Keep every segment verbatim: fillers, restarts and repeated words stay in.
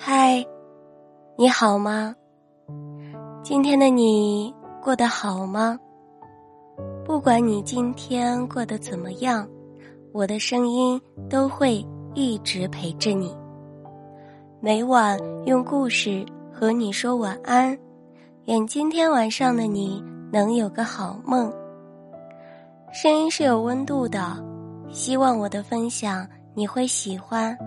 嗨，你好吗？今天的你过得好吗？不管你今天过得怎么样，我的声音都会一直陪着你。每晚用故事和你说晚安，愿今天晚上的你能有个好梦。声音是有温度的，希望我的分享你会喜欢。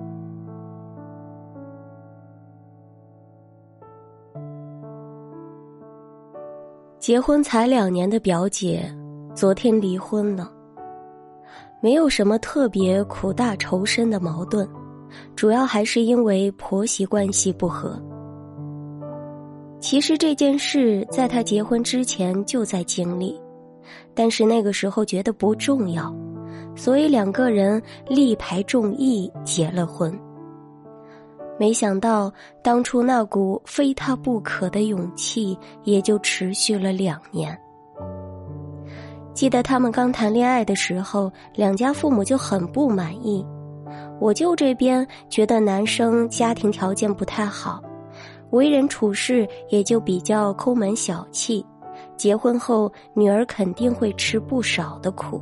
结婚才两年的表姐昨天离婚了，没有什么特别苦大仇深的矛盾，主要还是因为婆媳关系不和。其实这件事在她结婚之前就在经历，但是那个时候觉得不重要，所以两个人力排众议结了婚。没想到当初那股非他不可的勇气也就持续了两年。记得他们刚谈恋爱的时候，两家父母就很不满意。我舅这边觉得男生家庭条件不太好，为人处事也就比较抠门小气，结婚后女儿肯定会吃不少的苦。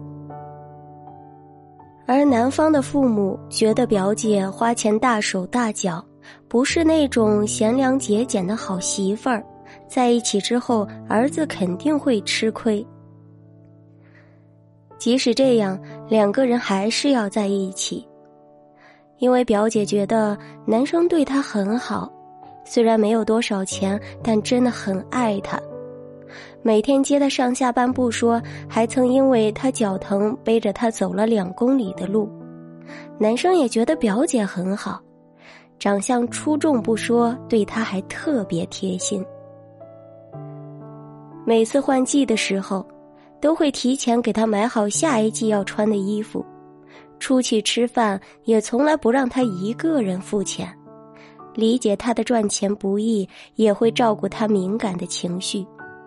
而男方的父母觉得表姐花钱大手大脚，不是那种贤良节俭的好媳妇儿，在一起之后儿子肯定会吃亏。即使这样，两个人还是要在一起，因为表姐觉得男生对她很好，虽然没有多少钱，但真的很爱她。每天接她上下班不说，还曾因为她脚疼背着她走了两公里的路。男生也觉得表姐很好，长相出众不说，对她还特别贴心。每次换季的时候，都会提前给她买好下一季要穿的衣服。出去吃饭也从来不让她一个人付钱，理解她的赚钱不易，也会照顾她敏感的情绪。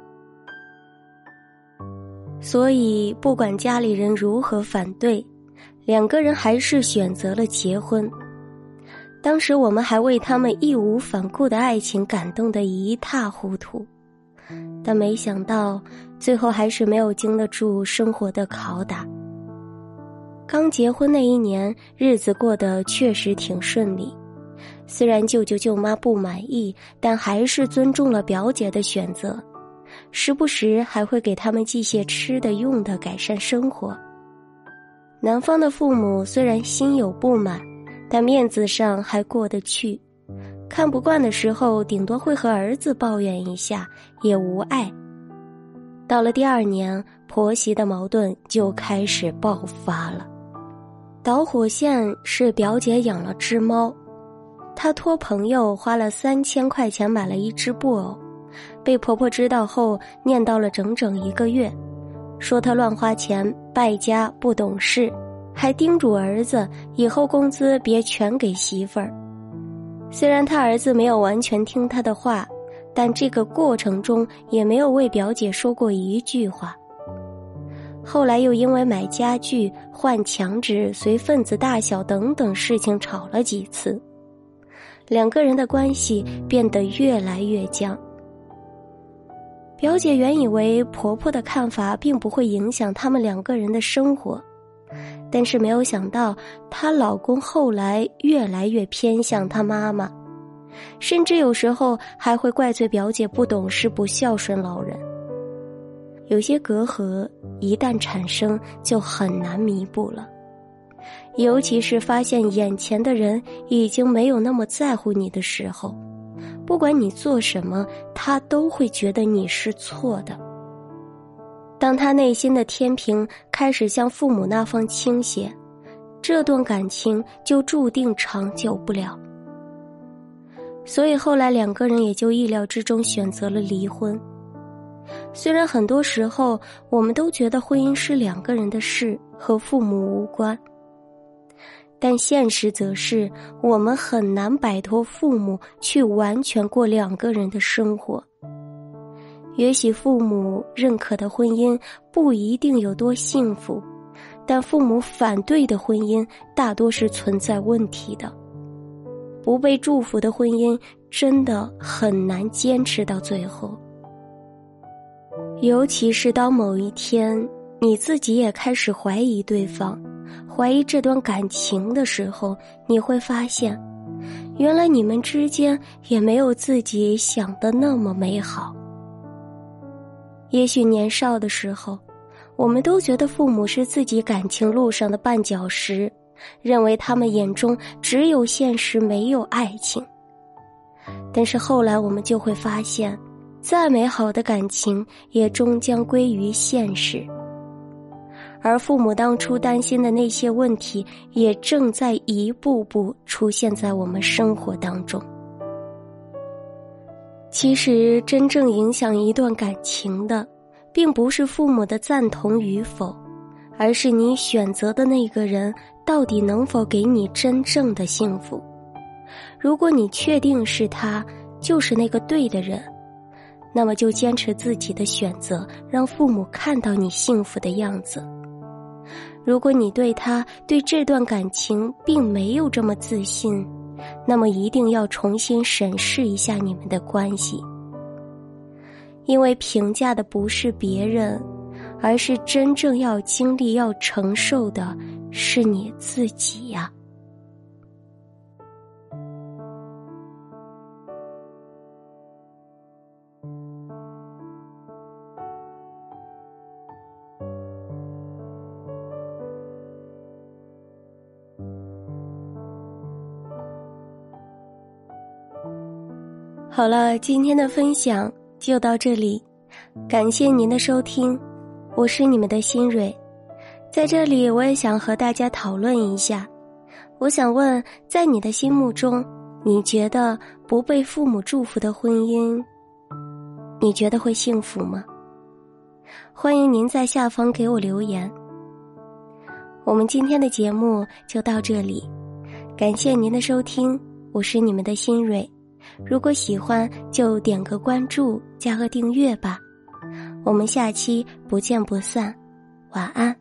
所以不管家里人如何反对，两个人还是选择了结婚。当时我们还为他们义无反顾的爱情感动得一塌糊涂，但没想到最后还是没有经得住生活的拷打。刚结婚那一年，日子过得确实挺顺利，虽然舅舅舅妈不满意，但还是尊重了表姐的选择，时不时还会给他们寄些吃的用的，改善生活。男方的父母虽然心有不满，但面子上还过得去，看不惯的时候顶多会和儿子抱怨一下，也无碍。到了第二年，婆媳的矛盾就开始爆发了。导火线是表姐养了只猫，她托朋友花了三千块钱买了一只布偶，被婆婆知道后念叨了整整一个月，说她乱花钱、败家、不懂事，还叮嘱儿子以后工资别全给媳妇儿。虽然他儿子没有完全听他的话，但这个过程中也没有为表姐说过一句话。后来又因为买家具、换墙纸、随份子大小等等事情吵了几次，两个人的关系变得越来越僵。表姐原以为婆婆的看法并不会影响他们两个人的生活，但是没有想到她老公后来越来越偏向她妈妈，甚至有时候还会怪罪表姐不懂事、不孝顺老人。有些隔阂一旦产生就很难弥补了，尤其是发现眼前的人已经没有那么在乎你的时候，不管你做什么，他都会觉得你是错的。当他内心的天平开始向父母那方倾斜，这段感情就注定长久不了。所以后来两个人也就意料之中选择了离婚。虽然很多时候我们都觉得婚姻是两个人的事，和父母无关，但现实则是我们很难摆脱父母去完全过两个人的生活。也许父母认可的婚姻不一定有多幸福，但父母反对的婚姻大多是存在问题的。 不被祝福的婚姻真的很难坚持到最后。尤其是当某一天你自己也开始怀疑对方，怀疑这段感情的时候，你会发现原来你们之间也没有自己想的那么美好。也许年少的时候，我们都觉得父母是自己感情路上的绊脚石，认为他们眼中只有现实没有爱情。但是后来我们就会发现，再美好的感情也终将归于现实。而父母当初担心的那些问题，也正在一步步出现在我们生活当中。其实真正影响一段感情的，并不是父母的赞同与否，而是你选择的那个人到底能否给你真正的幸福。如果你确定是他，就是那个对的人，那么就坚持自己的选择，让父母看到你幸福的样子。如果你对他对这段感情并没有这么自信，那么一定要重新审视一下你们的关系。因为评价的不是别人，而是真正要经历要承受的是你自己呀。好了，今天的分享就到这里，感谢您的收听，我是你们的新蕊。在这里我也想和大家讨论一下，我想问，在你的心目中，你觉得不被父母祝福的婚姻，你觉得会幸福吗？欢迎您在下方给我留言。我们今天的节目就到这里，感谢您的收听，我是你们的新蕊。如果喜欢就点个关注，加个订阅吧。我们下期不见不散，晚安。